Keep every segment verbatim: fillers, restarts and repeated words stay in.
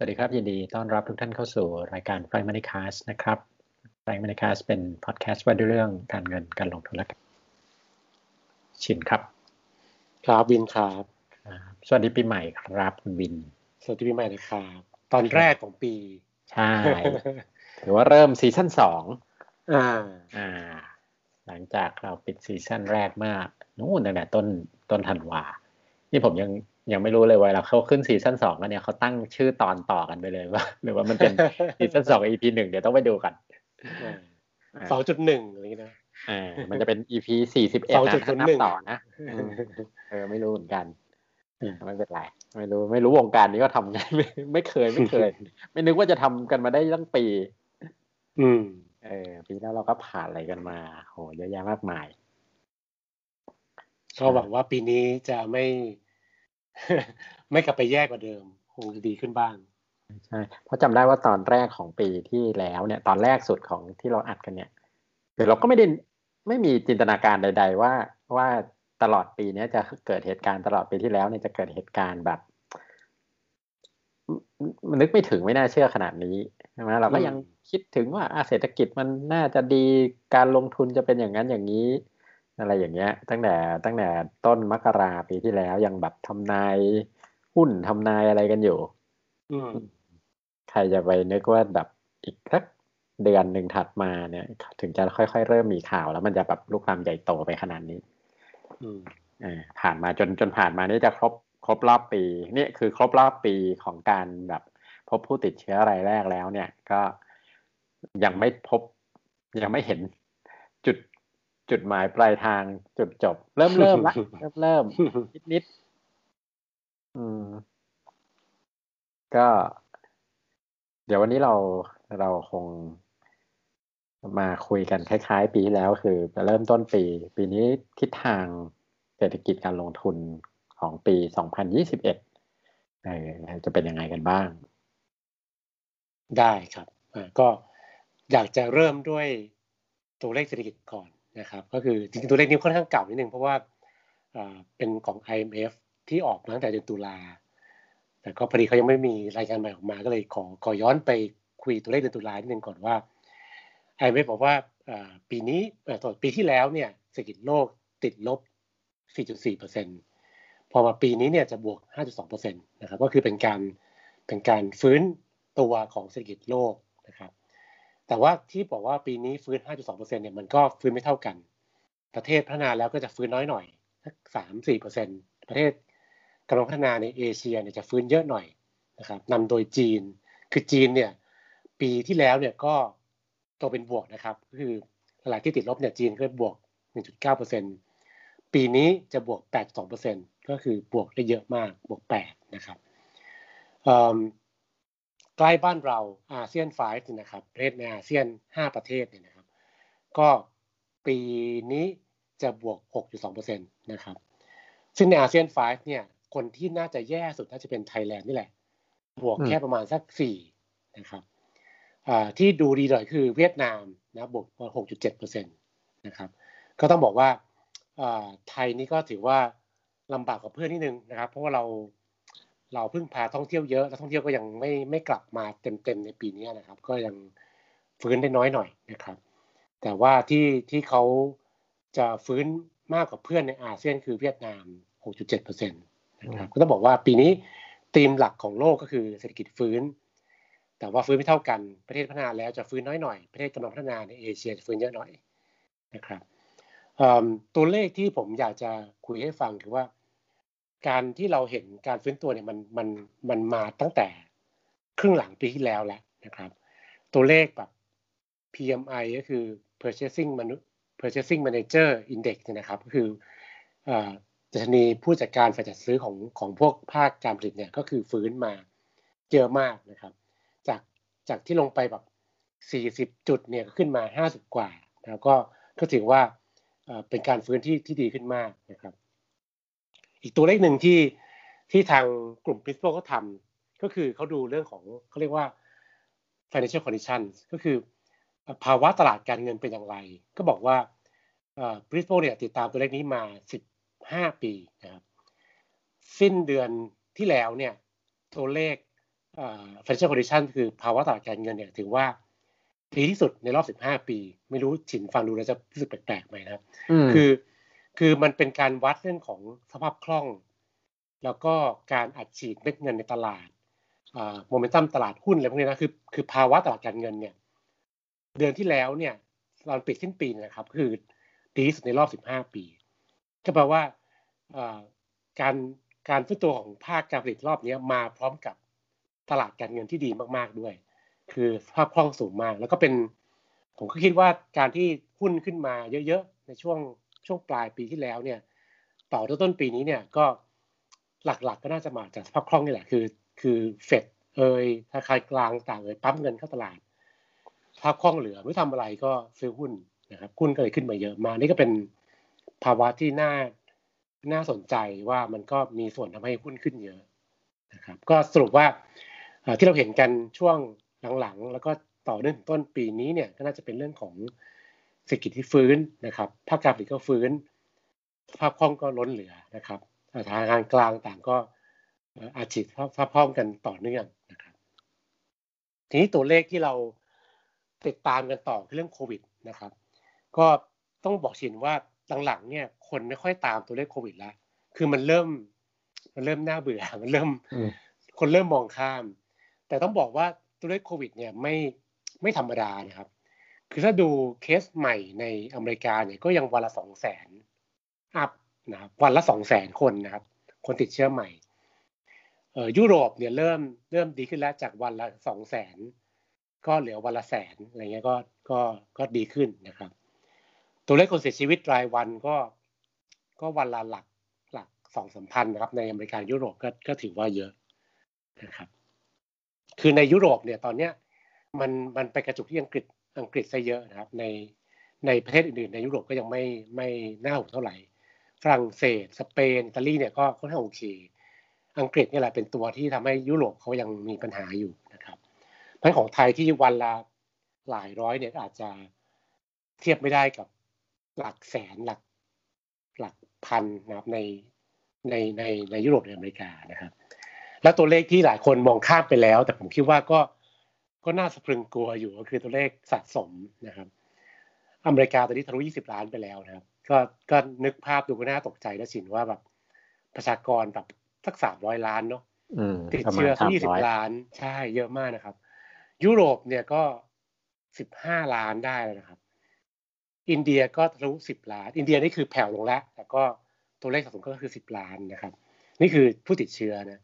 วัสดีครับยินดีต้อนรับทุกท่านเข้าสู่รายการ Frank Money Cast นะครับ Frank Money Cast เป็นพอดแคสต์ว่าด้วยเรื่องการเงินการลงทุนและชินครับครับวินครับสวัสดีปีใหม่ครับคุณวินสวัสดีปีใหม่นะครับตอนแรกของปีใช่ถือว่าเริ่มซีซั่นสองอ่าอ่าหลังจากเราปิดซีซั่นแรกเมื่อนู่นตั้งแต่ต้นต้นธันวานี่ผมยังยังไม่รู้เลยว่าเราเข้าขึ้นซีซั่นสองแล้วเนี่ยเขาตั้งชื่อตอนต่อกันไปเลยว่าหรือว่ามันเป็นซีซั่นสอง อี พี หนึ่งเดี๋ยวต้องไปดูกันสองจุดหนึ่งอะไรอย่างนี้นะอ่ามันจะเป็น อี พี สี่สิบเอ็ดนะถ้านับต่อนะเออไม่รู้เหมือนกันไม่เป็นไรไม่รู้ไม่รู้วงการนี้ก็ทำไงไม่ไม่เคยไม่เคยไม่นึกว่าจะทำกันมาได้ตั้งปีอืมเออปีแล้วเราก็ผ่านอะไรกันมาโหเยอะแยะมากมายก็หวังว่าปีนี้จะไม่ไม่กลับไปแย่กว่าเดิมคงดีขึ้นบ้างใช่เพราะจำได้ว่าตอนแรกของปีที่แล้วเนี่ยตอนแรกสุดของที่เราอัดกันเนี่ยคือเราก็ไม่ได้ไม่มีจินตนาการใดๆว่าว่าตลอดปีนี้จะเกิดเหตุการณ์ตลอดปีที่แล้วเนี่ยจะเกิดเหตุการณ์แบบมันนึกไม่ถึงไม่น่าเชื่อขนาดนี้ใช่ไหมเราก็ยังคิดถึงว่าเศรษฐกิจมันน่าจะดีการลงทุนจะเป็นอย่างนั้นอย่างนี้อะไรอย่างเงี้ยตั้งแต่ตั้งแต่ต้นมกราปีที่แล้วยังแบบทำนายหุ้นทำนายอะไรกันอยู่ใครจะไปนึกว่าแบบอีกสักเดือนหนึ่งถัดมาเนี่ยถึงจะค่อยๆเริ่มมีข่าวแล้วมันจะแบบลุกลามใหญ่โตไปขนาดนี้อ่าผ่านมาจนจนผ่านมานี่จะครบครบรอบปีนี่คือครบรอบปีของการแบบพบผู้ติดเชื้อรายแรกแล้วเนี่ยก็ยังไม่พบยังไม่เห็นจุดจุดหมายปลายทางจุดจบเริ่มเริ่มละเริ่มเริ่มนิดนิดอืมก็เดี๋ยววันนี้เราเราคงมาคุยกันคล้ายๆปีที่แล้วคือเริ่มต้นปีปีนี้ทิศทางเศรษฐกิจการลงทุนของปีสองพันยี่สิบเอ็ดเออจะเป็นยังไงกันบ้างได้ครับอ่าก็อยากจะเริ่มด้วยตัวเลขเศรษฐกิจก่อนนะครับก็คือจริงๆตัวเลขนี้ค่อนข้างเก่านิดนึงเพราะว่าอ่าเป็นของ ไอ เอ็ม เอฟ ที่ออกมาตั้งแต่เดือนตุลาแต่ก็พอดีเขายังไม่มีรายการใหม่ออกมาก็เลยขอขอย้อนไปคุยตัวเลขเดือนตุลานิดนึงก่อนว่า ไอ เอ็ม เอฟ บอกว่าปีนี้ต่อปีที่แล้วเนี่ยเศรษฐกิจโลกติดลบ สี่จุดสี่เปอร์เซ็นต์ พอมาปีนี้เนี่ยจะบวก ห้าจุดสองเปอร์เซ็นต์ นะครับก็คือเป็นการเป็นการฟื้นตัวของเศรษฐกิจโลกนะครับแต่ว่าที่บอกว่าปีนี้ฟื้น ห้าจุดสองเปอร์เซ็นต์ เนี่ยมันก็ฟื้นไม่เท่ากันประเทศพัฒนาแล้วก็จะฟื้นน้อยหน่อยสัก สามถึงสี่เปอร์เซ็นต์ ประเทศกำลังพัฒนาในเอเชียเนี่ยจะฟื้นเยอะหน่อยนะครับนำโดยจีนคือจีนเนี่ยปีที่แล้วเนี่ยก็โตเป็นบวกนะครับก็คือหลายที่ติดลบเนี่ยจีนก็บวก หนึ่งจุดเก้าเปอร์เซ็นต์ ปีนี้จะบวก แปดจุดสองเปอร์เซ็นต์ ก็คือบวกได้เยอะมากบวกแปดนะครับใกล้บ้านเราอาเซียนไฟว์นะครับประเทศในอาเซียนห้าประเทศเนี่ยนะครับก็ปีนี้จะบวก หกจุดสองเปอร์เซ็นต์ นะครับซึ่งในอาเซียนไฟว์เนี่ยคนที่น่าจะแย่สุดน่าจะเป็นไทยแลนด์นี่แหละบวกแค่ประมาณสักสี่นะครับที่ดูดีหน่อยคือเวียดนามนะบวก หกจุดเจ็ดเปอร์เซ็นต์ นะครับก็ต้องบอกว่าไทยนี่ก็ถือว่าลำบากกว่าเพื่อนนิดนึงนะครับเพราะว่าเราเราเพิ่งพาท่องเที่ยวเยอะแล้วท่องเที่ยวก็ยังไม่ไม่กลับมาเต็มๆในปีนี้นะครับก็ยังฟื้นได้น้อยหน่อยนะครับแต่ว่าที่ที่เขาจะฟื้นมากกว่าเพื่อนในอาเซียนคือเวียดนาม หกจุดเจ็ดเปอร์เซ็นต์ นะครับก็ต้องบอกว่าปีนี้ธีมหลักของโลกก็คือเศรษฐกิจฟื้นแต่ว่าฟื้นไม่เท่ากันประเทศพัฒนาแล้วจะฟื้นน้อยหน่อยประเทศกำลังพัฒนาในเอเชียจะฟื้นเยอะหน่อยนะครับตัวเลขที่ผมอยากจะคุยให้ฟังคือว่าการที่เราเห็นการฟื้นตัวเนี่ยมันมันมันมาตั้งแต่ครึ่งหลังปีที่แล้วแล้วนะครับตัวเลขแบบ พี เอ็ม ไอ ก็คือ purchasing purchasing manager index เนี่ยนะครับก็คือดัชนีผู้จัดการฝ่ายจัดซื้อของของพวกภาคการผลิตเนี่ยก็คือฟื้นมาเยอะมากนะครับจากจากที่ลงไปแบบสี่สิบจุดเนี่ยขึ้นมาห้าสิบกว่าแล้วก็ก็ถือว่าเป็นการฟื้นที่ที่ดีขึ้นมากนะครับอีกตัวเลขหนึ่งที่ที่ทางกลุ่ม Principal เขาทำก็คือเขาดูเรื่องของเขาเรียกว่า financial conditions ก็คือภาวะตลาดการเงินเป็นอย่างไรก็บอกว่า Principal เนี่ยติดตามตัวเลขนี้มาสิบห้าปีนะครับสิ้นเดือนที่แล้วเนี่ยตัวเลขเอ่อ financial condition คือภาวะตลาดการเงินเนี่ยถือว่าดีที่สุดในรอบสิบห้าปีไม่รู้ฉินฟังดูแล้วจะรู้สึกแปลกๆไหมนะครับคือคือมันเป็นการวัดเรื่องของสภาพคล่องแล้วก็การอัดฉีดเม็ดเงินในตลาดอ่าโมเมนตัมตลาดหุ้นอะไรพวกนี้นะคือคือภาวะตลาดการเงินเนี่ยเดือนที่แล้วเนี่ยตอนปิดสิ้นปีนะครับคือดีที่สุดในรอบสิบห้าปีก็แปลว่าการการฟื้นตัวของภาคการผลิตรอบนี้มาพร้อมกับตลาดการเงินที่ดีมากๆด้วยคือสภาพคล่องสูงมากแล้วก็เป็นผมก็คิดว่าการที่หุ้นขึ้นมาเยอะๆในช่วงช่วงปลายปีที่แล้วเนี่ยต่อต้นปีนี้เนี่ยก็หลักๆ ก็น่าจะมาจากสภาพคล่องนี่แหละคือคือเฟดเอ่ยธนาคารกลางต่างเอ่ยปั๊มเงินเข้าตลาดสภาพคล่องเหลือไม่ทำอะไรก็ซื้อหุ้นนะครับหุ้นก็เลยขึ้นมาเยอะมากนี่ก็เป็นภาวะที่น่าน่าสนใจว่ามันก็มีส่วนทำให้หุ้นขึ้นเยอะนะครับก็สรุปว่าที่เราเห็นกันช่วงหลังๆแล้วก็ต่อเนื่องต้นปีนี้เนี่ยก็น่าจะเป็นเรื่องของเศรษฐกิจที่ฟื้นนะครับภาคการผลิตก็ฟื้นสภาพคล่องก็ล้นเหลือนะครับธนาคารกลางต่างก็อาชีพสภาพคล่องกันต่อเนื่องนะครับทีนี้ตัวเลขที่เราติดตามกันต่อคือเรื่องโควิดนะครับก็ต้องบอกชินว่าหลังๆเนี่ยคนไม่ค่อยตามตัวเลขโควิดแล้วคือมันเริ่มมันเริ่มน่าเบื่อมันเริ่มคนเริ่มมองข้ามแต่ต้องบอกว่าตัวเลขโควิดเนี่ยไม่ไม่ธรรมดานะครับคือถ้าดูเคสใหม่ในอเมริกาเนี่ยก็ยังวันละสองแสนอัพนะครับวันละสองแสนคนนะครับคนติดเชื้อใหม่เอ่อยุโรปเนี่ยเริ่มเริ่มดีขึ้นแล้วจากวันละสองแสนก็เหลือวันละแสนอะไรเงี้ยก็ก็ก็ดีขึ้นนะครับตัวเลขคนเสียชีวิตรายวันก็ก็วันละหลักหลักสองสามพันนะครับในอเมริกายุโรปก็ก็ถือว่าเยอะนะครับคือในยุโรปเนี่ยตอนเนี้ยมันมันไปกระจุกที่อังกฤษอังกฤษซะเยอะนะครับในในประเทศอื่นๆในยุโรปก็ยังไม่ไม่น่าห่วงเท่าไหร่ฝรั่งเศสสเปนอิตาลีเนี่ยก็ค่อนข้างโอเคอังกฤษนี่แหละเป็นตัวที่ทำให้ยุโรปเขายังมีปัญหาอยู่นะครับเพราะของไทยที่วันละหลายร้อยเนี่ยอาจจะเทียบไม่ได้กับหลักแสนหลักหลักพันนะครับในในในในยุโรปในอเมริกานะครับแล้วตัวเลขที่หลายคนมองข้ามไปแล้วแต่ผมคิดว่าก็ก็น่าสะพรึงกลัวอยู่ก็คือตัวเลขสะสมนะครับอเมริกาตอนนี้ทะลุยี่สิบล้านไปแล้วนะครับก็ก็นึกภาพดูก็น่าตกใจนะชินว่าแบบประชากรแบบสักสามร้อยล้านเนาะติดเชื้อสักยี่สิบล้านใช่เยอะมากนะครับยุโรปเนี่ยก็สิบห้าล้านได้แล้วนะครับอินเดียก็ทะลุสิบล้านอินเดียนี่คือแผ่วลงแล้วแต่ก็ตัวเลขสะสมก็คือสิบล้านนะครับนี่คือผู้ติดเชื้อนะ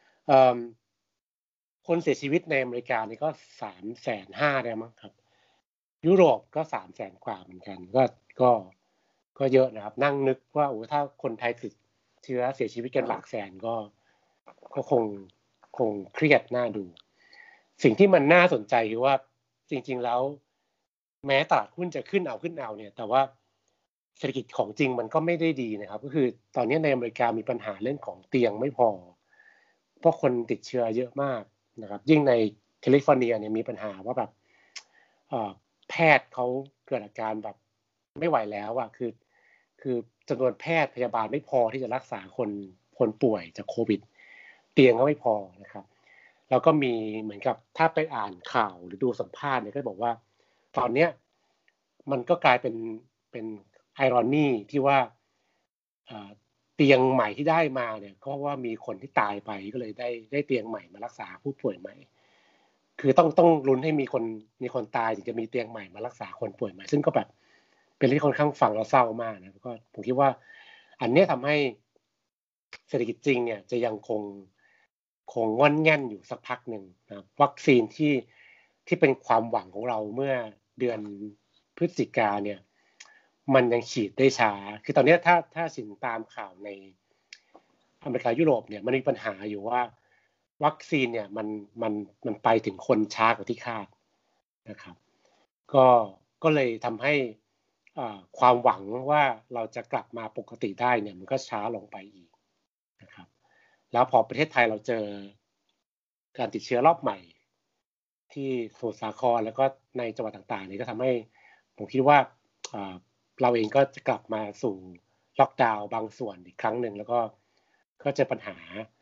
คนเสียชีวิตในอเมริกานี่ก็สามแสนห้าได้มั้งครับยุโรปก็สามแสนกว่าเหมือนกันก็ก็ก็เยอะนะครับนั่งนึกว่าโอ้ถ้าคนไทยติดเชื้อเสียชีวิตกันหลักแสนก็ก็คงคงเครียดน่าดูสิ่งที่มันน่าสนใจคือว่าจริงๆแล้วแม้ตลาดหุ้นจะขึ้นเอาขึ้นเอาเนี่ยแต่ว่าเศรษฐกิจของจริงมันก็ไม่ได้ดีนะครับก็คือตอนนี้ในอเมริกามีปัญหาเรื่องของเตียงไม่พอเพราะคนติดเชื้อเยอะมากนะครับยิ่งในแคลิฟอร์เนียเนี่ยมีปัญหาว่าแบบแพทย์เขาเกิดอาการแบบไม่ไหวแล้วอ่ะคือคือจำนวนแพทย์พยาบาลไม่พอที่จะรักษาคนคนป่วยจากโควิดเตียงก็ไม่พอนะครับแล้วก็มีเหมือนกับถ้าไปอ่านข่าวหรือดูสัมภาษณ์เนี่ยก็บอกว่าตอนเนี้ยมันก็กลายเป็นเป็นไอรอนีที่ว่าเตียงใหม่ที่ได้มาเนี่ยก็ว่ามีคนที่ตายไปก็เลยได้ได้เตียงใหม่มารักษาผู้ป่วยใหม่คือต้องต้องลุ้นให้มีคนมีคนตายถึงจะมีเตียงใหม่มารักษาคนป่วยใหม่ซึ่งก็แบบเป็นเรื่องที่ค่อนข้างฟังแล้วเศร้ามากนะก็ผมคิดว่าอันนี้ทำให้เศรษฐกิจจริงเนี่ยจะยังคงคงงอนแง่นอยู่สักพักหนึ่งนะวัคซีนที่ที่เป็นความหวังของเราเมื่อเดือนพฤศจิกาเนี่ยมันยังฉีดได้ช้าคือตอนนี้ถ้าถ้าสินตามข่าวในอเมริกายุโรปเนี่ยมันมีปัญหาอยู่ว่าวัคซีนเนี่ยมันมันมันไปถึงคนช้ากว่าที่คาดนะครับก็ก็เลยทำให้ความหวังว่าเราจะกลับมาปกติได้เนี่ยมันก็ช้าลงไปอีกนะครับแล้วพอประเทศไทยเราเจอการติดเชื้อรอบใหม่ที่สมุทรสาครแล้วก็ในจังหวัดต่างๆนี่ก็ทำให้ผมคิดว่าเราเองก็จะกลับมาสู่ล็อกดาวน์บางส่วนอีกครั้งหนึ่งแล้วก็ก็เจอปัญหา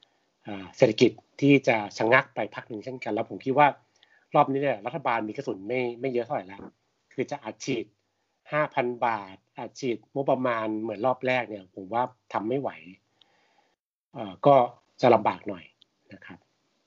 เศรษฐกิจที่จะชะงักไปพักหนึ่งเช่นกันแล้วผมคิดว่ารอบนี้เนี่ยรัฐบาลมีกระสุนไม่ไม่เยอะเท่าไหร่แล้วคือจะอัดฉีด ห้าพัน บาทอัดฉีดงบประมาณเหมือนรอบแรกเนี่ยผมว่าทำไม่ไหวเอ่อก็จะลำบากหน่อยนะครับ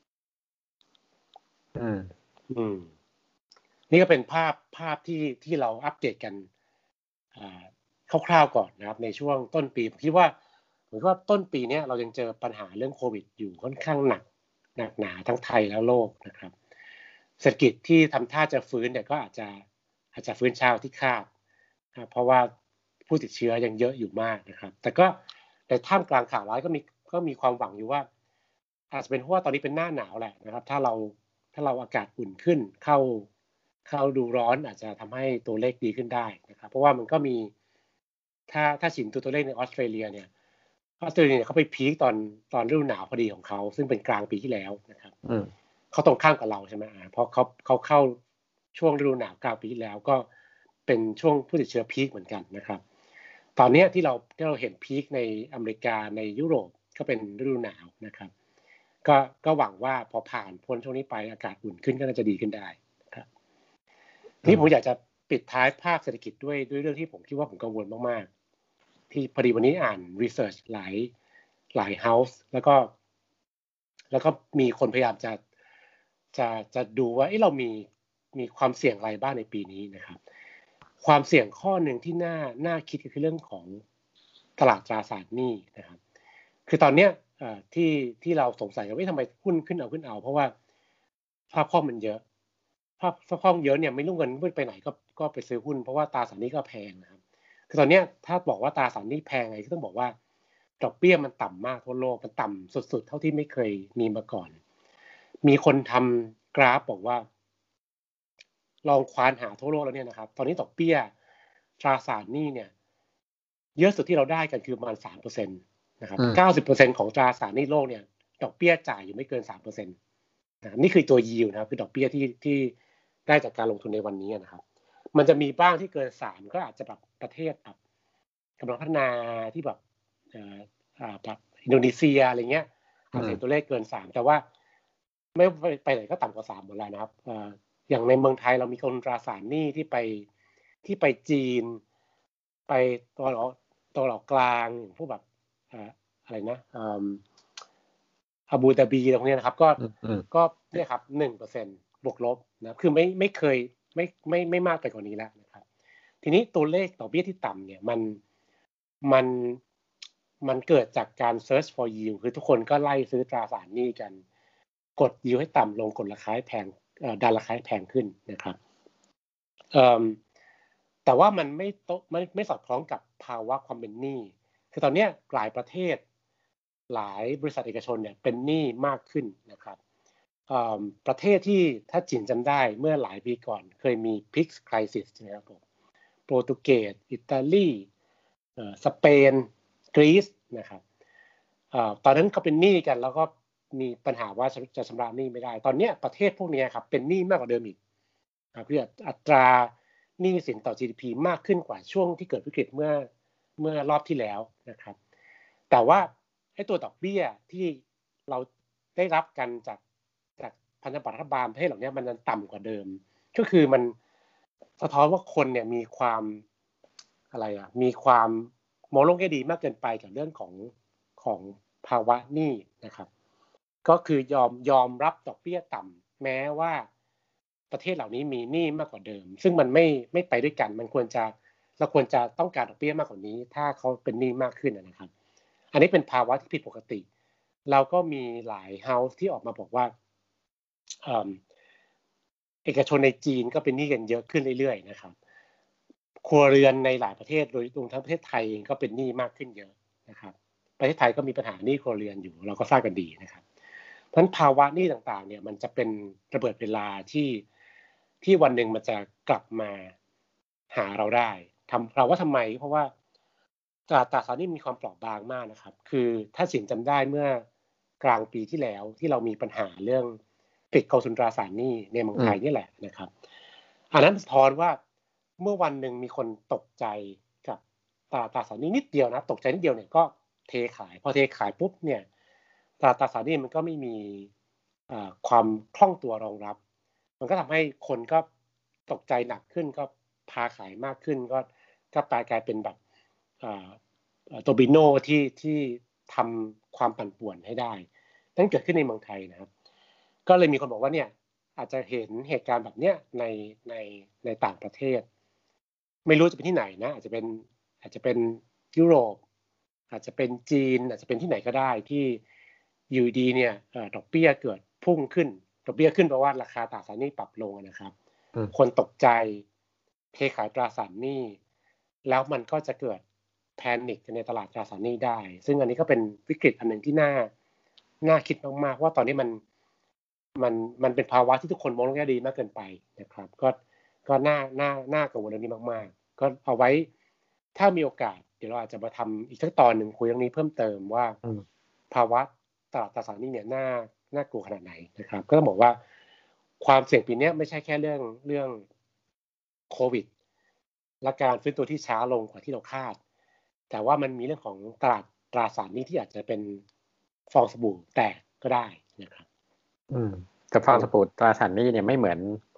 อืมอืมนี่ก็เป็นภาพภาพที่ที่เราอัปเดตกันคร่าวๆก่อนนะครับในช่วงต้นปีผมคิดว่าผมคิดว่าต้นปีนี้เรายังเจอปัญหาเรื่องโควิดอยู่ค่อนข้างหนักหนักหนาทั้งไทยและโลกนะครับเศรษฐกิจที่ทำท่าจะฟื้นเนี่ยก็อาจจะอาจจะฟื้นช้าที่คาดเพราะว่าผู้ติดเชื้อยังเยอะอยู่มากนะครับแต่ก็ในท่ามกลางข่าวร้ายก็มีก็มีความหวังอยู่ว่าอาจจะเป็นเพราะว่าตอนนี้เป็นหน้าหนาวแหละนะครับถ้าเราถ้าเราอากาศอุ่นขึ้นเข้าเข้าดูร้อนอาจจะทำให้ตัวเลขดีขึ้นได้นะครับเพราะว่ามันก็มีถ้าถ้าสินตัวตัวเลขในออสเตรเลียเนี่ยออสเตรเลียเขาไปพีคตอนตอนฤดูหนาวพอดีของเขาซึ่งเป็นกลางปีที่แล้วนะครับเขาตรงข้ามกับเราใช่ไหมอ่าเพราะเขาเขาเข้าช่วงฤดูหนาวกลางปีที่แล้วก็เป็นช่วงผู้ติดเชื้อพีคเหมือนกันนะครับตอนนี้ที่เราที่เราเห็นพีคในอเมริกาในยุโรปก็เป็นฤดูหนาวนะครับก็ก็หวังว่าพอผ่านพ้นช่วงนี้ไปอากาศอุ่นขึ้นก็น่าจะดีขึ้นได้ครับนี่ผมอยากจะปิดท้ายภาคเศรษฐกิจด้วยด้วยเรื่องที่ผมคิดว่าผมกังวลมากๆที่พอดีวันนี้อ่านรีเสิร์ชหลายหลายเฮาส์แล้วก็แล้วก็มีคนพยายามจะจะจะดูว่าเอ้เรามีมีความเสี่ยงอะไรบ้างในปีนี้นะครับความเสี่ยงข้อหนึ่งที่น่าน่าคิดก็คือเรื่องของตลาดตราสารหนี้นะครับคือตอนเนี้ยที่ที่เราสงสัยว่าทำไมหุ้นขึ้นเอาขึ้นเอาเพราะว่าภาพคล่องมันเยอะภาพภาพคล่องเยอะเนี่ยไม่รู้เงินไปไหนก็ก็ไปซื้อหุ้นเพราะว่าตราสารหนี้ก็แพงนะครับคือตอนเนี้ยถ้าบอกว่าตราสารหนี้แพงไงก็ต้องบอกว่าดอกเบี้ยมันต่ำมากทั่วโลกมันต่ำสุดๆเท่าที่ไม่เคยมีมาก่อนมีคนทำกราฟบอกว่าลองควานหาทั่วโลกแล้วเนี่ยนะครับตอนนี้ดอกเบี้ยตราสารหนี้เนี่ยเยอะสุดที่เราได้กันคือประมาณ สามเปอร์เซ็นต์ นะครับ เก้าสิบเปอร์เซ็นต์ ของตราสารหนี้โลกเนี่ยดอกเบี้ยจ่ายอยู่ไม่เกิน สามเปอร์เซ็นต์ นะนี่คือตัว yield นะครับคือดอกเบี้ยที่ที่ได้จากการลงทุนในวันนี้นะครับมันจะมีบ้างที่เกินสามก็อาจจะแบบประเทศแบบกำลังพัฒนาที่แบบเอ่ออ่าแบบอินโดนีเซียอะไรเงี้ยอาจจะเห็นตัวเลขเกินสามแต่ว่าไม่ไปไหนก็ต่ำกว่าสามหมดแล้วนะครับอ่าอย่างในเมืองไทยเรามีกองทุนตราสารหนี้ที่ไปที่ไปจีนไปตะวันออกตะวันออกกลางอย่างพวกแบบอะไรนะอาบูดาบีอะไรพวกนี้นะครับก็ก็เนี่ยครับ หนึ่งเปอร์เซ็นต์ บวกลบนะคือไม่ไม่เคยไม่ไม่ไม่มากไปกว่านี้แล้วนะครับทีนี้ตัวเลขดอกเบี้ยที่ต่ำเนี่ยมันมันมันเกิดจากการ search for yield คือทุกคนก็ไล่ซื้อตราสารหนี้กันกด yield ให้ต่ำลงกดราคาให้แพงดันราคาให้แพงขึ้นนะครับแต่ว่ามันไม่ไม่ไม่สอดคล้องกับภาวะความเป็นหนี้คือตอนนี้หลายประเทศหลายบริษัทเอกชนเนี่ยเป็นหนี้มากขึ้นนะครับประเทศที่ถ้าจินจำได้เมื่อหลายปีก่อนเคยมี พี ไอ ซี crisis นะครับผมโปรตุเกสอิตาลีสเปนกรีซนะครับตอนนั้นเขาเป็นหนี้กันแล้วก็มีปัญหาว่าจะชำระหนี้ไม่ได้ตอนนี้ประเทศพวกนี้ครับเป็นหนี้มากกว่าเดิมอีกเพื่ออัตราหนี้สินต่อ จี ดี พี มากขึ้นกว่าช่วงที่เกิดวิกฤตเมื่อเมื่อรอบที่แล้วนะครับแต่ว่าไอ้ตัวดอกเบี้ยที่เราได้รับกันจากจากพันธบัตรรัฐบาลประเทศเหล่านี้มันต่ำกว่าเดิมก็คือมันสะท้อนว่าคนเนี่ยมีความอะไรอ่ะมีความมองโลกแง่ดีมากเกินไปกับเรื่องของของภาวะหนี้นะครับก็คือยอมยอมรับดอกเบี้ยต่ำแม้ว่าประเทศเหล่านี้มีหนี้มากกว่าเดิมซึ่งมันไม่ไม่ไปด้วยกันมันควรจะเราควรจะต้องการดอกเบี้ยมากกว่านี้ถ้าเขาเป็นหนี้มากขึ้นนะครับอันนี้เป็นภาวะที่ผิดปกติเราก็มีหลายเฮาส์ที่ออกมาบอกว่าเอกชนในจีนก็เป็นหนี้กันเยอะขึ้นเรื่อยๆนะครับครัวเรือนในหลายประเทศโดยรวมทั้งประเทศไทยเองก็เป็นหนี้มากขึ้นเยอะนะครับประเทศไทยก็มีปัญหาหนี้ครัวเรือนอยู่เราก็ทราบกันดีนะครับเพราะฉะนั้นภาวะหนี้ต่างๆเนี่ยมันจะเป็นระเบิดเวลาที่ที่วันหนึ่งมันจะกลับมาหาเราได้ทำเราว่าทำไมเพราะว่าตราตราสารหนี้มีความเปราะบางมากนะครับคือถ้าสินจำได้เมื่อกลางปีที่แล้วที่เรามีปัญหาเรื่องปิดกองทุนตราสารหนี้ในเมืองไทยนี่แหละนะครับอันนั้นสะท้อนว่าเมื่อวันหนึ่งมีคนตกใจกับตราตราสารหนี้นิดเดียวนะตกใจนิดเดียวเนี่ยก็เทขายพอเทขายปุ๊บเนี่ยตลาดตราสารหนี้มันก็ไม่มีความคล่องตัวรองรับมันก็ทำให้คนก็ตกใจหนักขึ้นก็พาขายมากขึ้นก็ก็กลายกลายเป็นแบบโดมิโนที่ที่ทำความปั่นป่วนให้ได้นั่นเกิดขึ้นในเมืองไทยนะครับก็เลยมีคนบอกว่าเนี่ยอาจจะเห็นเหตุการณ์แบบเนี้ยในในในต่างประเทศไม่รู้จะเป็นที่ไหนนะอาจจะเป็นอาจจะเป็นยุโรปอาจจะเป็นจีนอาจจะเป็นที่ไหนก็ได้ที่อยู่ดีเนี่ยดอกเบี้ยเกิดพุ่งขึ้นดอกเบี้ยขึ้นเพราะว่าราคาตราสารหนี้ปรับลงนะครับคนตกใจเทขายตราสารหนี้แล้วมันก็จะเกิดแพนิคในตลาดตราสารหนี้ได้ซึ่งอันนี้ก็เป็นวิกฤตอันหนึ่งที่น่าน่าคิดมากๆว่าตอนนี้มันมันมันเป็นภาวะที่ทุกคนมองแง่ดีมากเกินไปนะครับก็ก็น่าน่าน่ากังวลเรื่องนี้มากๆก็เอาไว้ถ้ามีโอกาสเดี๋ยวเราอาจจะมาทำอีกสักตอนหนึ่งคุยเรื่องนี้เพิ่มเติมว่าภาวะตลาดตราสารหนี้เนี่ยน่าน่ากลัวขนาดไหนนะครับก็ต้องบอกว่าความเสี่ยงปีนี้ไม่ใช่แค่เรื่องเรื่องโควิดและการฟื้นตัวที่ช้าลงกว่าที่เราคาดแต่ว่ามันมีเรื่องของตลาดตราสารหนี้ที่อาจจะเป็นฟองสบู่แตกก็ได้นะครับอืมแต่ฟองสบู่ตราสารหนี้เนี่ยไม่เหมือน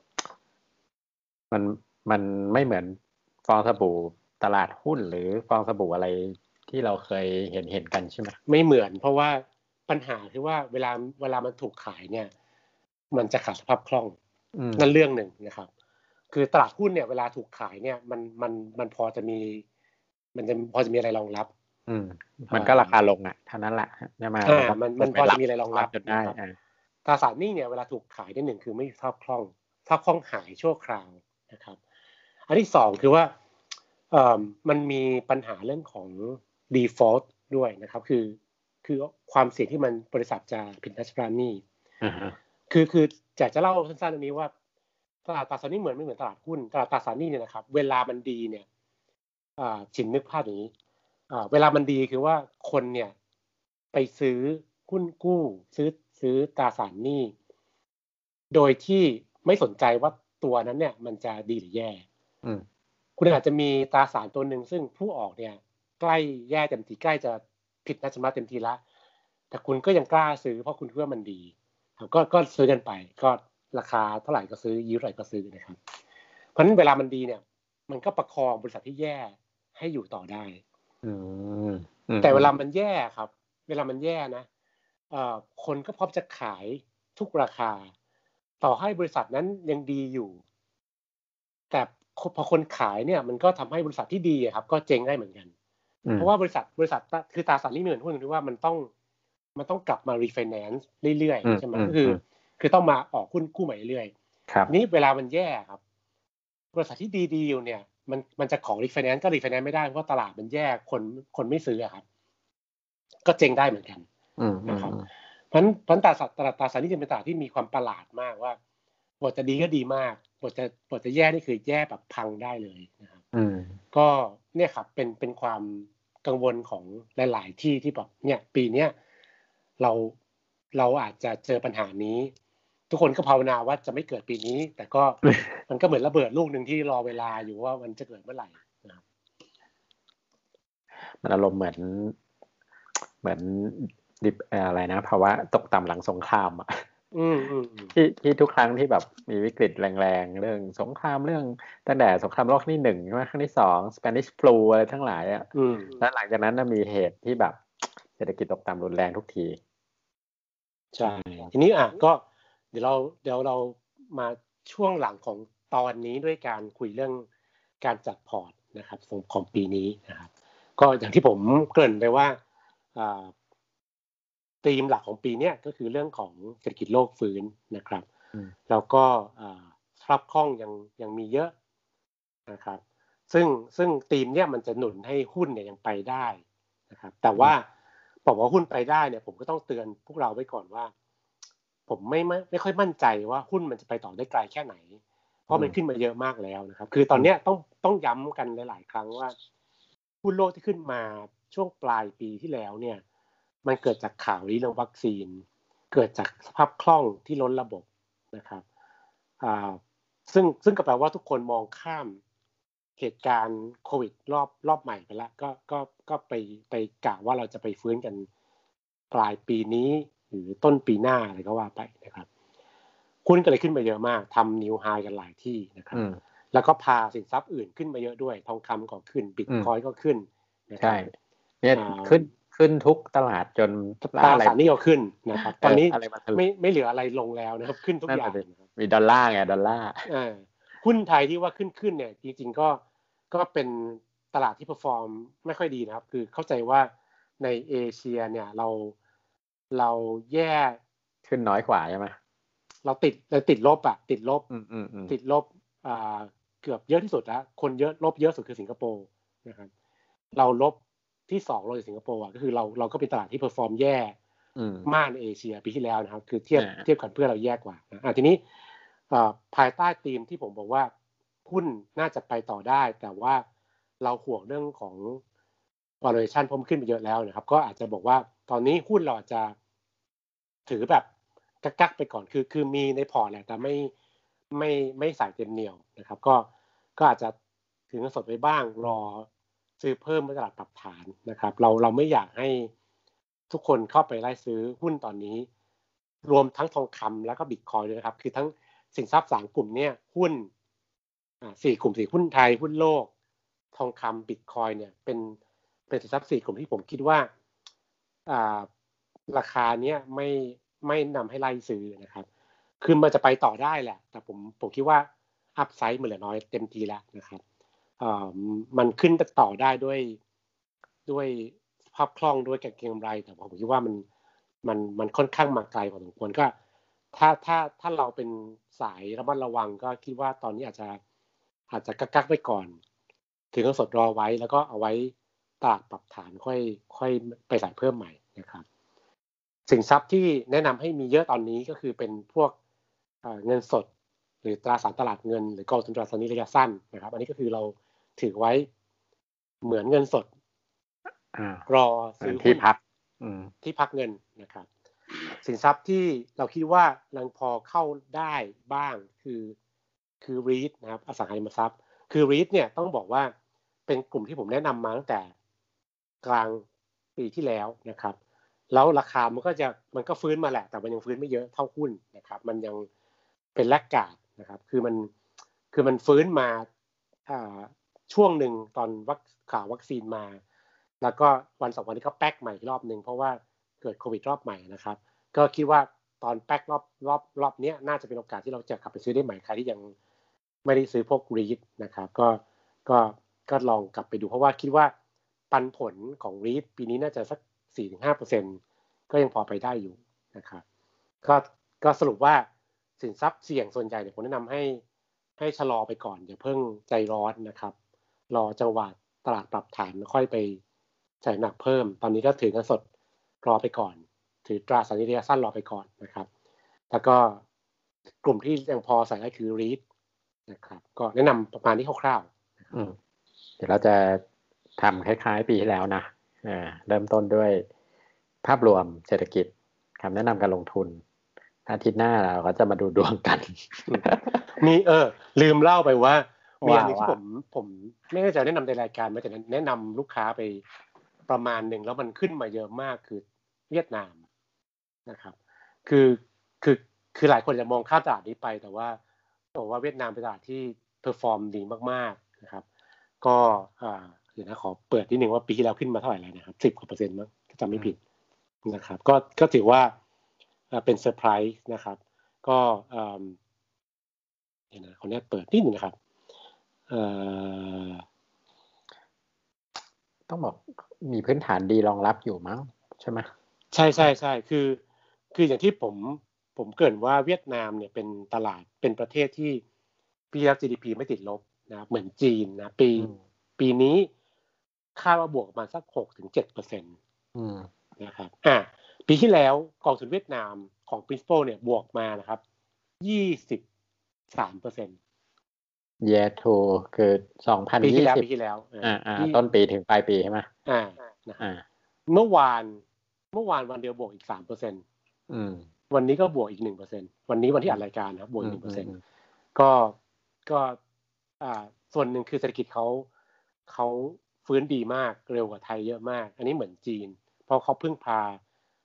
มันมันไม่เหมือนฟองสบู่ตลาดหุ้นหรือฟองสบู่อะไรที่เราเคยเห็นเห็นกันใช่ไหมไม่เหมือนเพราะว่าปัญหาคือว่าเวลาเวลามันถูกขายเนี่ยมันจะขาดสภาพคล่องนั่นเรื่องหนึ่งนะครับคือตลาดหุ้นเนี่ยเวลาถูกขายเนี่ยมันมันมันพอจะมีมันจะพอจะมีอะไรรองรับอืมมันก็ราคาลงอ่ะเท่านั้นแหละใช่ไหมมันมันพอจะมีอะไรรองรับได้ตราสารหนี้เนี่ยเวลาถูกขายได้หนึ่งคือไม่มีสภาพคล่องสภาพคล่องหายชั่วคราวนะครับอันที่สองคือว่าเอ่อมันมีปัญหาเรื่องของ default ด้วยนะครับคือคือความเสี่ยงที่มันบริษัทจะผิดนัดชำระหนี้คือคืออยากจะเล่าสั้นๆตรงนี้ว่าตลาดตราสารหนี้เหมือนไม่เหมือนตลาดหุ้นตลาดตราสารหนี้เนี่ยนะครับเวลามันดีเนี่ยอ่าฉินนึกภาพอย่างนี้อ่าเวลามันดีคือว่าคนเนี่ยไปซื้อหุ้นกู้ซื้อซื้อตราสารหนี้โดยที่ไม่สนใจว่าตัวนั้นเนี่ยมันจะดีหรือแย่คุณอาจจะมีตราสารตัวหนึ่งซึ่งผู้ออกเนี่ยใกล้แย่เต็มทีใกล้จะผิดนัดชำระเต็มทีละแต่คุณก็ยังกล้าซื้อเพราะคุณคิดว่ามันดีก็ก็ซื้อกันไปก็ราคาเท่าไหร่ก็ซื้อยืมเท่าไหร่ก็ซื้อนะครับเพราะฉะนั้นเวลามันดีเนี่ยมันก็ประคองบริษัทที่แย่ให้อยู่ต่อได้แต่เวลามันแย่ครับเวลามันแย่นะคนก็พร้อมจะขายทุกราคาต่อให้บริษัทนั้นยังดีอยู่แต่พอคนขายเนี่ยมันก็ทำให้บริษัทที่ดีครับก็เจ๊งได้เหมือนกันเพราะว่าบริษัทบริษัทคือตราสารหนี้เหมือนหุ้นที่ว่ามันต้องมันต้องกลับมารีไฟแนนซ์เรื่อยๆใช่ไหมก็คือคือต้องมาออกหุ้นกู้ใหม่เรื่อยๆนี้เวลามันแย่ครับบริษัทที่ดีๆอยู่เนี่ยมันมันจะของรีไฟแนนซ์ก็รีไฟแนนซ์ไม่ได้เพราะตลาดมันแย่คนคนไม่ซื้อครับก็เจ๊งได้เหมือนกันนะครับเพราะฉะนั้นเพราะตลาดตลาดตราสารหนี้เป็นตลาดที่มีความประหลาดมากว่าบทจะดีก็ดีมากบทจะบทจะแย่นี่คือแย่แบบพังได้เลยนะครับก็เนี่ยครับเป็นเป็นความกังวลของหลายๆที่ที่แบบเนี่ยปีเนี้ยเราเราอาจจะเจอปัญหานี้ทุกคนก็ภาวนาว่าจะไม่เกิดปีนี้แต่ก็มันก็เหมือนระเบิดลูกนึงที่รอเวลาอยู่ว่ามันจะเกิดเมื่อไหร่นะครับมันอารมณ์เหมือนเหมือนดิบอะไรนะภาวะตกต่ำหลังสงครามอ่ะที่ที่ทุกครั้งที่แบบมีวิกฤตแรงๆเรื่องสงครามเรื่องตั้งแต่สงครามโลกที่หนึ่งใช่ไหมครั้งที่สอง Spanish flu อะไรทั้งหลายอ่ะแล้วหลังจากนั้นมีเหตุที่แบบเศรษฐกิจตกต่ำรุนแรงทุกทีใช่ทีนี้อ่ะก็เดี๋ยวเราเดี๋ยวเรามาช่วงหลังของตอนนี้ด้วยการคุยเรื่องการจัดพอร์ตนะครับของปีนี้นะครับก็อย่างที่ผมเกริ่นไปว่าธีมหลักของปีนี้ก็คือเรื่องของเศรษฐกิจโลกฟื้นนะครับแล้วก็สภาพคล่องยังยังมีเยอะนะครับซึ่งซึ่งธีมเนี้ยมันจะหนุนให้หุ้นเนี่ยยังไปได้นะครับแต่ว่าบอกว่าหุ้นไปได้เนี่ยผมก็ต้องเตือนพวกเราไว้ก่อนว่าผมไม่ไม่ไม่ค่อยมั่นใจว่าหุ้นมันจะไปต่อได้ไกลแค่ไหนเพราะมันขึ้นมาเยอะมากแล้วนะครับคือตอนนี้ต้องต้องย้ำกันหลายๆครั้งว่าหุ้นโลกที่ขึ้นมาช่วงปลายปีที่แล้วเนี่ยมันเกิดจากข่าวเรื่องวัคซีนเกิดจากสภาพคล่องที่ล้นระบบนะครับอ่าซึ่งซึ่งก็แปลว่าทุกคนมองข้ามเหตุการณ์โควิดรอบรอบใหม่ไปแล้วก็ก็ก็ไปไปกะว่าเราจะไปฟื้นกันปลายปีนี้หรือต้นปีหน้าอะไรก็ว่าไปนะครับหุ้นก็เลยขึ้นมาเยอะมากทำนิวไฮกันหลายที่นะครับแล้วก็พาสินทรัพย์อื่นขึ้นมาเยอะด้วยทองคำก็ขึ้นบิตคอยน์ก็ขึ้นใช่เนี่ยขึ้นขึ้นทุกตลาดจนตลาดสารหนี้ก็ขึ้นนะครับตอนนี้ไม่ไม่เหลืออะไรลงแล้วนะครับขึ้นทุกอย่างมีดอลลาร์ไงดอลลาร์อ่าหุ้นไทยที่ว่าขึ้นขึ้นเนี่ยจริงๆก็ก็เป็นตลาดที่เพอร์ฟอร์มไม่ค่อยดีนะครับคือเข้าใจว่าในเอเชียเนี่ยเราเราแย่ขึ้นน้อยกว่าใช่ไหมเราติดเราติดลบอ่ะติดลบติดลบอ่าเกือบเยอะที่สุดแล้วคนเยอะลบเยอะสุดคือสิงคโปร์นะครับเราลบที่สองเราจากสิงคโปร์อ่ะก็คือเราเราก็เป็นตลาดที่เพอร์ฟอร์มแย่มากในเอเชียปีที่แล้วนะครับคือเทียบเทียบกับเพื่อนเราแย่กว่าอ่ะทีนี้ภายใต้ธีมที่ผมบอกว่าหุ้นน่าจะไปต่อได้แต่ว่าเราห่วงเรื่องของ valuation เพิ่มขึ้นไปเยอะแล้วนะครับก็อาจจะบอกว่าตอนนี้หุ้นเราอาจจะถือแบบกักๆไปก่อนคือคือมีในพอร์ตแหละแต่ไม่ไม่ไม่ใส่เต็มเหนี่ยวนะครับก็ก็อาจจะถือเงินสดไว้บ้างรอซื้อเพิ่มเมื่อตลาดปรับฐานนะครับเราเราไม่อยากให้ทุกคนเข้าไปไล่ซื้อหุ้นตอนนี้รวมทั้งทองคำแล้วก็บิตคอยน์ด้วยนะครับคือทั้งสินทรัพย์สามกลุ่มเนี่ยหุ้นอ่าสี่กลุ่มสี่หุ้นไทยหุ้นโลกทองคำบิตคอยน์เนี่ยเป็นเป็นสินทรัพย์สี่กลุ่มที่ผมคิดว่าอ่าราคาเนี้ยไม่ไม่นำให้ไล่ซื้อนะครับคือมันจะไปต่อได้แหละแต่ผมผมคิดว่าอัพไซด์มันเหลือน้อยเต็มทีแล้วนะครับอ่ามันขึ้นต่อได้ด้วยด้วยภาพคล่องด้วยเก็งกำไรแต่ผมคิดว่ามันมันมันค่อนข้างมาไกลพอสมควรก็ถ้าถ้าถ้าเราเป็นสายระมัดระวังก็คิดว่าตอนนี้อาจจะอาจจะกักๆไว้ก่อนถือเงินสดรอไว้แล้วก็เอาไว้ตลาดปรับฐานค่อยค่อยไปใส่เพิ่มใหม่นะครับสินทรัพย์ที่แนะนำให้มีเยอะตอนนี้ก็คือเป็นพวกเงินสดหรือตราสารตลาดเงินหรือกองทุนตราสารหนี้ระยะสั้นนะครับอันนี้ก็คือเราถือไว้เหมือนเงินสดรอซื้อที่พักที่พักเงินนะครับสินทรัพย์ที่เราคิดว่ายังพอเข้าได้บ้างคือคือ รีท นะครับอสังหาริมทรัพย์คือ รีท เนี่ยต้องบอกว่าเป็นกลุ่มที่ผมแนะนำมาตั้งแต่กลางปีที่แล้วนะครับแล้วราคามันก็จะมันก็ฟื้นมาแหละแต่มันยังฟื้นไม่เยอะเท่าหุ้นนะครับมันยังเป็นแลกขาดนะครับคือมันคือมันฟื้นมาช่วงหนึ่งตอนวัคข่าววัคซีนมาแล้วก็วันสองวันนี้ก็แป๊กใหม่อีกรอบนึงเพราะว่าเกิดโควิดรอบใหม่นะครับก็คิดว่าตอนแป๊กรอบรอบรอบนี้น่าจะเป็นโอกาสที่เราจะกลับไปซื้อได้ใหม่ใครที่ยังไม่ได้ซื้อพวก รีท นะครับก็ก็ก็ลองกลับไปดูเพราะว่าคิดว่าปันผลของ รีท ปีนี้น่าจะสัก สี่ถึงห้าเปอร์เซ็นต์ ก็ยังพอไปได้อยู่นะครับก็ก็สรุปว่าสินทรัพย์เสี่ยงส่วนใหญ่เนี่ยผมแนะนำให้ให้ชะลอไปก่อนอย่าเพิ่งใจร้อนนะครับรอจังหวะตลาดปรับฐานแล้วค่อยไปใส่หนักเพิ่มตอนนี้ก็ถือเงินสดรอไปก่อนถือตราสารหนี้ระยะสั้นรอไปก่อนนะครับแล้วก็กลุ่มที่ยังพอใส่ได้คือ รีท นะครับก็แนะนำประมาณนี้คร่าวๆนะครับเดี๋ยวเราจะทำคล้ายๆปีที่แล้วนะเริ่มต้นด้วยภาพรวมเศรษฐกิจคำแนะนำการลงทุนอาทิตย์หน้าเราก็จะมาดูดวงกันมีเออลืมเล่าไปว่ามีอันนึงที่ผมผมไม่แน่ใจแนะนำในรายการไหมแต่แนะนำลูกค้าไปประมาณหนึ่งแล้วมันขึ้นมาเยอะมากคือเวียดนามนะครับคือคือคือหลายคนจะมองข้ามตลาดนี้ไปแต่ว่าบอกว่าเวียดนามเป็นตลาดที่เพอร์ฟอร์มดีมากๆนะครับก็อ่าเดี๋ยวนะขอเปิดนิดนึงว่าปีที่แล้วขึ้นมาเท่าไหร่แล้วนะครับสิบกว่าเปอร์เซ็นต์มั้งถ้าจำไม่ผิดนะครับก็ก็ถือว่าเป็นเซอร์ไพรส์นะครับก็เดี๋ยวนะขออนุญาตเปิดนิดนึงนะครับต้องบอกมีพื้นฐานดีรองรับอยู่มั้งใช่ไหมใช่ใช่ใช่คือคืออย่างที่ผมผมเกริ่นว่าเวียดนามเนี่ยเป็นตลาดเป็นประเทศที่ปีแล้ว จี ดี พี ไม่ติดลบนะเหมือนจีนนะปีปีนี้คาดว่าบวกประมาณสัก หกถึงเจ็ดเปอร์เซ็นต์อืมนะครับอ่ะปีที่แล้วกองทุนเวียดนามของ Principal เนี่ยบวกมานะครับ ยี่สิบสามเปอร์เซ็นต์ year to คือสองพันยี่สิบปีที่แล้วปีที่แล้วอ่าอ่าต้นปีถึงปลายปีใช่ไหมอ่าอ่าเมื่อวานเมื่อวานวันเดียวบวกอีก สามเปอร์เซ็นต์อืมวันนี้ก็บวกอีก หนึ่งเปอร์เซ็นต์ วันนี้วันที่อัดรายการนะครับบวกอีก หนึ่งเปอร์เซ็นต์ ก็ก็อ่าส่วนหนึ่งคือเศรษฐกิจเขาเขาฟื้นดีมากเร็วกว่าไทยเยอะมากอันนี้เหมือนจีนเพราะเขาพึ่งพา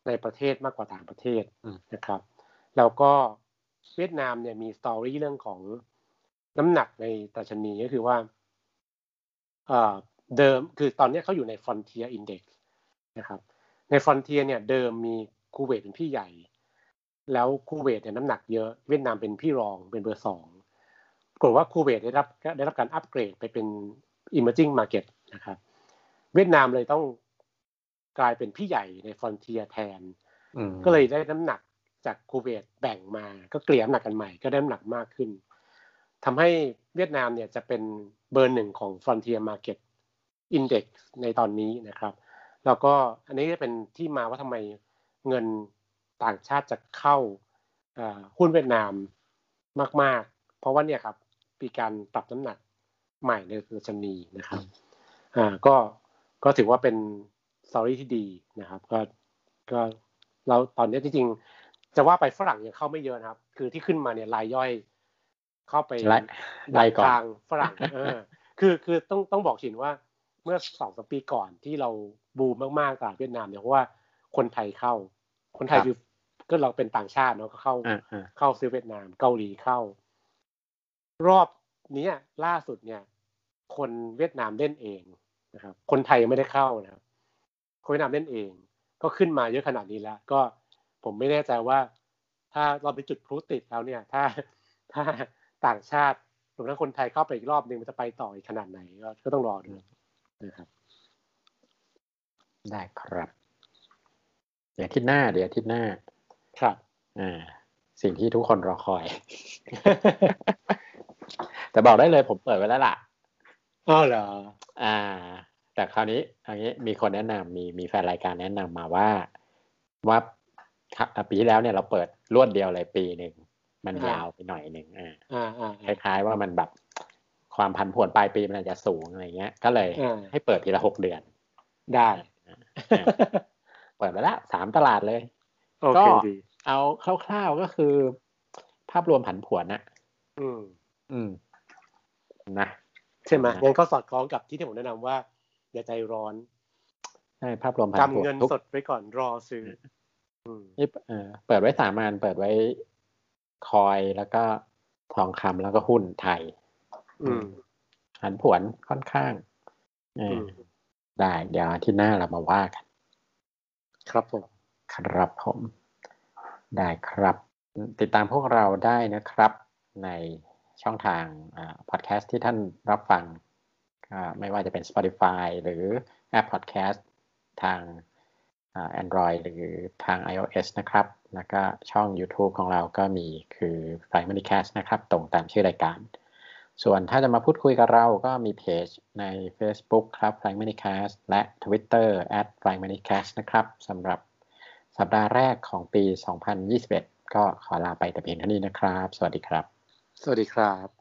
ในประเทศมากกว่าต่างประเทศนะครับแล้วก็เวียดนามเนี่ยมีสตอรี่เรื่องของน้ำหนักในดัชนีก็คือว่าเอ่อเดิมคือตอนนี้เขาอยู่ใน Frontier Index นะครับใน Frontier เนี่ยเดิมมีคูเวตเป็นพี่ใหญ่แล้วคูเวตเนี่ยน้ำหนักเยอะเวียดนามเป็นพี่รองเป็นเบอร์สองปรากฏว่าคูเวตได้รับได้รับการอัปเกรดไปเป็น Emerging Market นะครับเวียดนามเลยต้องกลายเป็นพี่ใหญ่ใน Frontier แทนก็เลยได้น้ำหนักจากคูเวตแบ่งมาก็เกลี่ยน้ำหนักกันใหม่ก็ได้น้ำหนักมากขึ้นทำให้เวียดนามเนี่ยจะเป็นเบอร์หนึ่งของ Frontier Market Index ในตอนนี้นะครับแล้วก็อันนี้จะเป็นที่มาว่าทำไมเงินต่างชาติจะเข้าหุ้นเวียดนามมากๆเพราะว่าเนี่ยครับมีการปรับน้ำหนักใหม่ในดัชนีนะครับอ่าก็ก็ถือว่าเป็นสตอรี่ที่ดีนะครับก็ก็เราตอนนี้จริงๆจะว่าไปฝรั่งยังเข้าไม่เยอะนะครับคือที่ขึ้นมาเนี่ยรายย่อยเข้าไปดักทางฝรั่งเออคือคือต้องต้องบอกชินว่าเมื่อสองสามปีก่อนที่เราบูมมากๆกับเวียดนามเนี่ยเพราะว่าคนไทยเข้าคนไทยคือก็เราเป็นต่างชาติเนาะก็เข้าเข้าซื้อเวียดนามเกาหลีเข้ารอบนี้ล่าสุดเนี่ยคนเวียดนามเล่นเองนะครับคนไทยไม่ได้เข้านะครับคนเวียดนามเล่นเองก็ขึ้นมาเยอะขนาดนี้แล้วก็ผมไม่แน่ใจว่าถ้าเราไปจุดพลุติดแล้วเนี่ยถ้าถ้าต่างชาติรวมทั้งคนไทยเข้าไปอีกรอบนึงมันจะไปต่ออีกขนาดไหนก็ก็ต้องรอดูนะครับได้ครับเดี๋ยวอาทิตย์หน้าเดี๋ยวอาทิตย์หน้าครับอ่าสิ่งที่ทุกคนรอคอย แต่บอกได้เลยผมเปิดไว้แล้วล่ะอ้าวเหรออ่าแต่คราวนี้อันนี้มีคนแนะนำมีมีแฟนรายการแนะนำมาว่าว่าปีที่แล้วเนี่ยเราเปิดรวดเดียวเลยปีหนึ่งมันยาวไปหน่อยนึงอ่าอ่าคล้ายๆว่ามันแบบความผันผวนปลายปีมันอาจจะสูงอะไรเงี้ยก็เลยให้เปิดทีละหกเดือนได้เปิดไปแล้วสามตลาดเลยก็เอาคร่าวๆก็คือภาพรวมผันผวนนะอืมอืมนะใช่ไหมงั้นก็สอดคล้องกับที่ที่ผมแนะนำว่าอย่าใจร้อนใช่ภาพรวมผันผวนกำเงินสดไว้ก่อนรอซื้อนี่เปิดไว้สามัญเปิดไว้คอยแล้วก็ทองคำแล้วก็หุ้นไทยผันผวนค่อนข้างได้เดี๋ยวที่หน้าเรามาว่ากันครับผมครับผมได้ครับติดตามพวกเราได้นะครับในช่องทางพอดแคสต์ที่ท่านรับฟังไม่ว่าจะเป็น Spotify หรือแอป Podcast ทาง Android หรือทาง iOS นะครับแล้วก็ช่อง YouTube ของเราก็มีคือ Flying Money Cast นะครับตรงตามชื่อรายการส่วนถ้าจะมาพูดคุยกับเราก็มีเพจใน Facebook ครับ Flying Money Cast และ Twitterแอท Flying Money Cast นะครับสำหรับสัปดาห์แรกของปีสองพันยี่สิบเอ็ดก็ขอลาไปแต่เพียงเท่านี้นะครับสวัสดีครับสวัสดีครับ